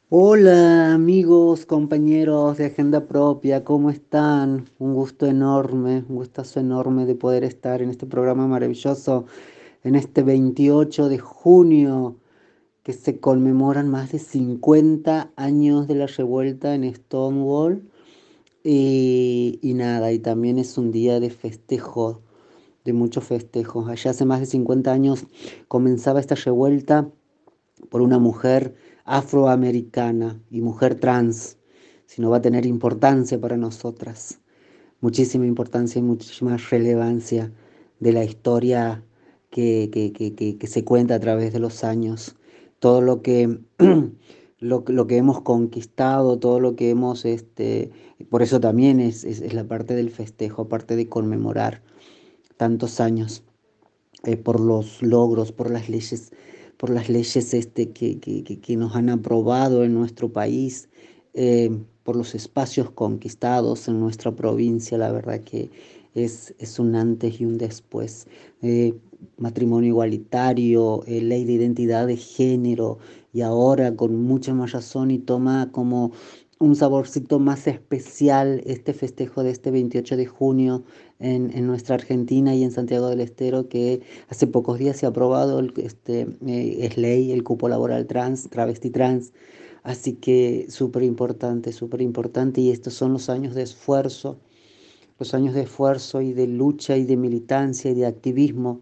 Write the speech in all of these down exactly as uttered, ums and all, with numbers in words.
Hola amigos, compañeros de Agenda Propia, ¿cómo están? Un gusto enorme, un gustazo enorme de poder estar en este programa maravilloso, en este veintiocho de junio, que se conmemoran más de cincuenta años de la revuelta en Stonewall. Y, y nada, y también es un día de festejo, de muchos festejos. Allá hace más de cincuenta años comenzaba esta revuelta por una mujer afroamericana y mujer trans, sino va a tener importancia para nosotras, muchísima importancia y muchísima relevancia de la historia que, que, que, que, que se cuenta a través de los años, todo lo que, lo, lo que hemos conquistado, todo lo que hemos, este, por eso también es, es, es la parte del festejo, parte de conmemorar tantos años, eh, por los logros, por las leyes, por las leyes este, que, que, que, que nos han aprobado en nuestro país, eh, por los espacios conquistados en nuestra provincia. La verdad que es, es un antes y un después. Eh, matrimonio igualitario, eh, ley de identidad de género, y ahora con mucha más razón y toma como un saborcito más especial este festejo de este veintiocho de junio en, en nuestra Argentina y en Santiago del Estero, que hace pocos días se ha aprobado, el, este, eh, es ley el cupo laboral trans, travesti trans. Así que súper importante, súper importante. Y estos son los años de esfuerzo, los años de esfuerzo y de lucha y de militancia y de activismo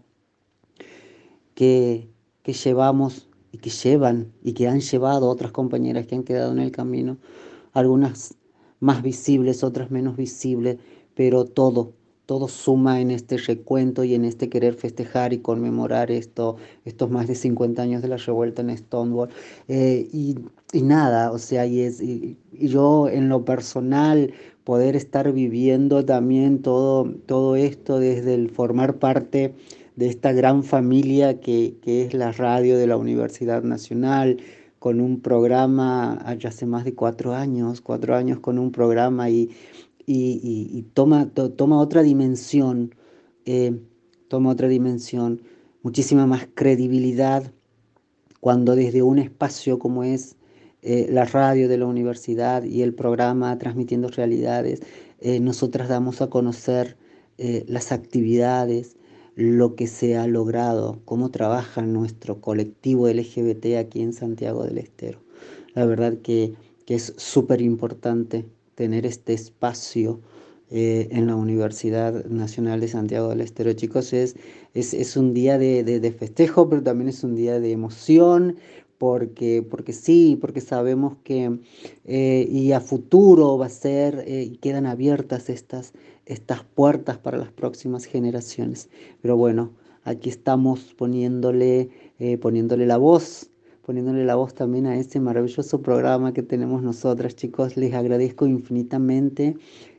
que, que llevamos y que llevan y que han llevado otras compañeras que han quedado en el camino, algunas más visibles, otras menos visibles, pero todo, todo suma en este recuento y en este querer festejar y conmemorar esto, estos más de cincuenta años de la revuelta en Stonewall. Eh, y, y nada, o sea, y, es, y, y yo en lo personal poder estar viviendo también todo, todo esto desde el formar parte de esta gran familia que, que es la radio de la Universidad Nacional, con un programa, ya hace más de cuatro años, cuatro años con un programa y, y, y- y toma, to- toma otra dimensión, eh, toma otra dimensión, muchísima más credibilidad cuando desde un espacio como es eh, la radio de la universidad y el programa Transmitiendo Realidades, eh, nosotras damos a conocer eh, las actividades, lo que se ha logrado, cómo trabaja nuestro colectivo L G B T aquí en Santiago del Estero. La verdad que, que es súper importante tener este espacio eh, en la Universidad Nacional de Santiago del Estero. Chicos, es, es, es un día de, de, de festejo, pero también es un día de emoción, porque, porque sí, porque sabemos que eh, y a futuro va a ser, eh, y quedan abiertas estas, estas puertas para las próximas generaciones. Pero bueno, aquí estamos poniéndole, eh, poniéndole la voz, poniéndole la voz también a este maravilloso programa que tenemos nosotras, chicos. Les agradezco infinitamente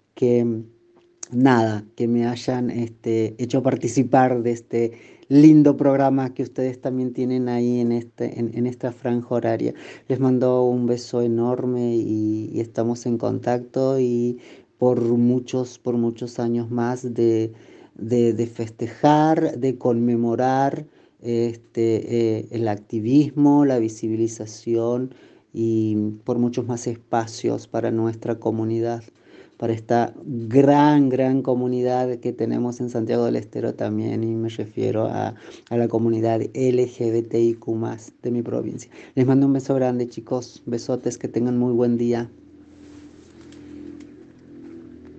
que nada, que me hayan este, hecho participar de este lindo programa que ustedes también tienen ahí en, este, en, en esta franja horaria. Les mando un beso enorme y, y estamos en contacto y por muchos, por muchos años más de, de, de festejar, de conmemorar este, eh, el activismo, la visibilización y por muchos más espacios para nuestra comunidad, para esta gran, gran comunidad que tenemos en Santiago del Estero también, y me refiero a, a la comunidad L G B T I Q más de mi provincia. Les mando un beso grande, chicos, besotes, que tengan muy buen día.